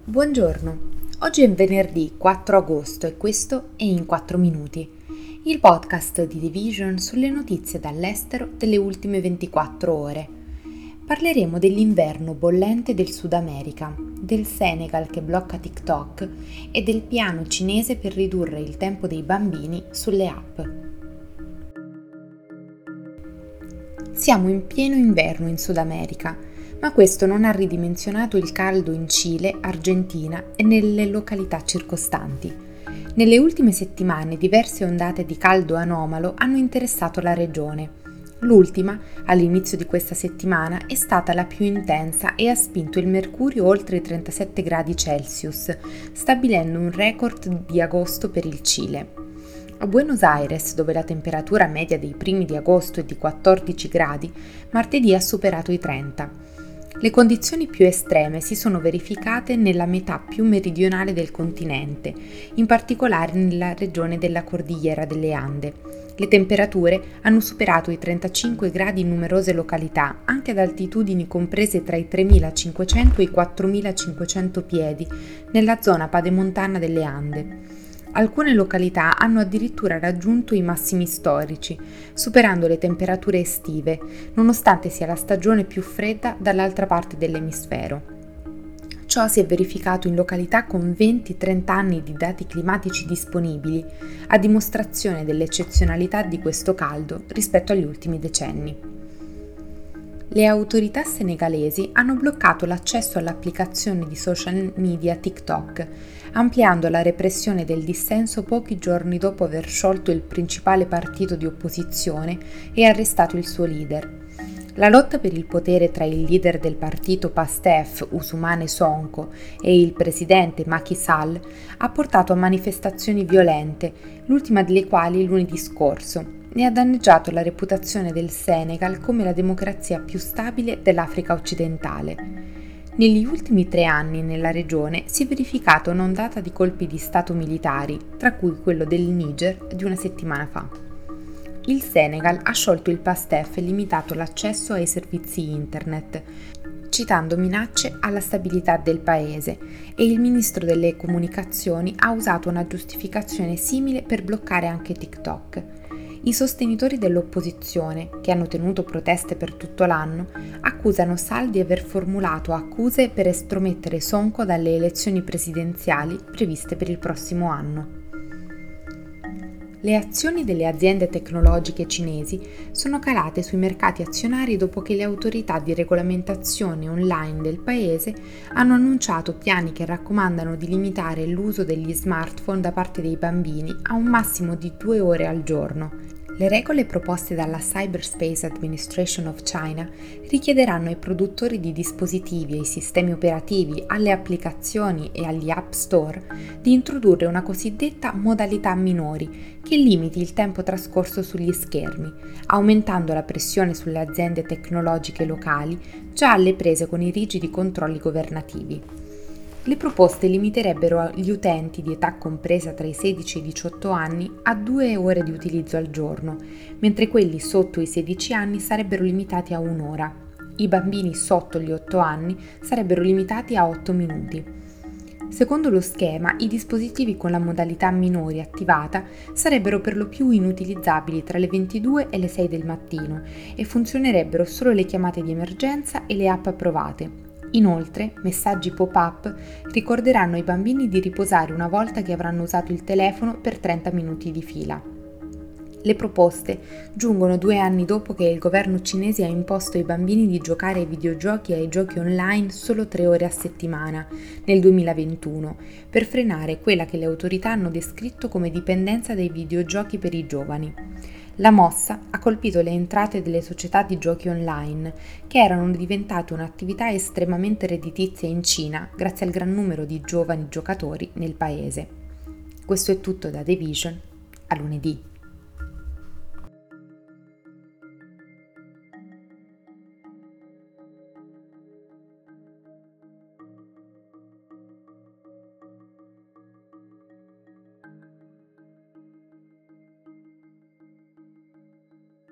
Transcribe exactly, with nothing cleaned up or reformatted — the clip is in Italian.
Buongiorno, oggi è venerdì quattro agosto e questo è In quattro minuti, il podcast di The Vision sulle notizie dall'estero delle ultime ventiquattro ore. Parleremo dell'inverno bollente del Sud America, del Senegal che blocca TikTok e del piano cinese per ridurre il tempo dei bambini sulle app. Siamo in pieno inverno in Sud America, ma questo non ha ridimensionato il caldo in Cile, Argentina e nelle località circostanti. Nelle ultime settimane diverse ondate di caldo anomalo hanno interessato la regione. L'ultima, all'inizio di questa settimana, è stata la più intensa e ha spinto il mercurio oltre i trentasette gradi Celsius, stabilendo un record di agosto per il Cile. A Buenos Aires, dove la temperatura media dei primi di agosto è di quattordici gradi, martedì ha superato i trenta. Le condizioni più estreme si sono verificate nella metà più meridionale del continente, in particolare nella regione della Cordigliera delle Ande. Le temperature hanno superato i trentacinque gradi in numerose località, anche ad altitudini comprese tra i tremilacinquecento e i quattromilacinquecento piedi, nella zona pademontana delle Ande. Alcune località hanno addirittura raggiunto i massimi storici, superando le temperature estive, nonostante sia la stagione più fredda dall'altra parte dell'emisfero. Ciò si è verificato in località con venti trenta anni di dati climatici disponibili, a dimostrazione dell'eccezionalità di questo caldo rispetto agli ultimi decenni. Le autorità senegalesi hanno bloccato l'accesso all'applicazione di social media TikTok, ampliando la repressione del dissenso pochi giorni dopo aver sciolto il principale partito di opposizione e arrestato il suo leader. La lotta per il potere tra il leader del partito Pastef, Ousmane Sonko, e il presidente Macky Sall ha portato a manifestazioni violente, l'ultima delle quali lunedì scorso, e ha danneggiato la reputazione del Senegal come la democrazia più stabile dell'Africa occidentale. Negli ultimi tre anni nella regione si è verificata un'ondata di colpi di stato militari, tra cui quello del Niger di una settimana fa. Il Senegal ha sciolto il Pastef e limitato l'accesso ai servizi internet, citando minacce alla stabilità del paese, e il ministro delle comunicazioni ha usato una giustificazione simile per bloccare anche TikTok. I sostenitori dell'opposizione, che hanno tenuto proteste per tutto l'anno, accusano Sall di aver formulato accuse per estromettere Sonko dalle elezioni presidenziali previste per il prossimo anno. Le azioni delle aziende tecnologiche cinesi sono calate sui mercati azionari dopo che le autorità di regolamentazione online del paese hanno annunciato piani che raccomandano di limitare l'uso degli smartphone da parte dei bambini a un massimo di due ore al giorno. Le regole proposte dalla Cyberspace Administration of China richiederanno ai produttori di dispositivi e ai sistemi operativi, alle applicazioni e agli App Store di introdurre una cosiddetta modalità minori che limiti il tempo trascorso sugli schermi, aumentando la pressione sulle aziende tecnologiche locali già alle prese con i rigidi controlli governativi. Le proposte limiterebbero gli utenti di età compresa tra i sedici e i diciotto anni a due ore di utilizzo al giorno, mentre quelli sotto i sedici anni sarebbero limitati a un'ora. I bambini sotto gli otto anni sarebbero limitati a otto minuti. Secondo lo schema, i dispositivi con la modalità minori attivata sarebbero per lo più inutilizzabili tra le ventidue e le sei del mattino e funzionerebbero solo le chiamate di emergenza e le app approvate. Inoltre, messaggi pop-up ricorderanno ai bambini di riposare una volta che avranno usato il telefono per trenta minuti di fila. Le proposte giungono due anni dopo che il governo cinese ha imposto ai bambini di giocare ai videogiochi e ai giochi online solo tre ore a settimana, nel duemilaventuno, per frenare quella che le autorità hanno descritto come dipendenza dai videogiochi per i giovani. La mossa ha colpito le entrate delle società di giochi online, che erano diventate un'attività estremamente redditizia in Cina grazie al gran numero di giovani giocatori nel paese. Questo è tutto da The Vision, a lunedì.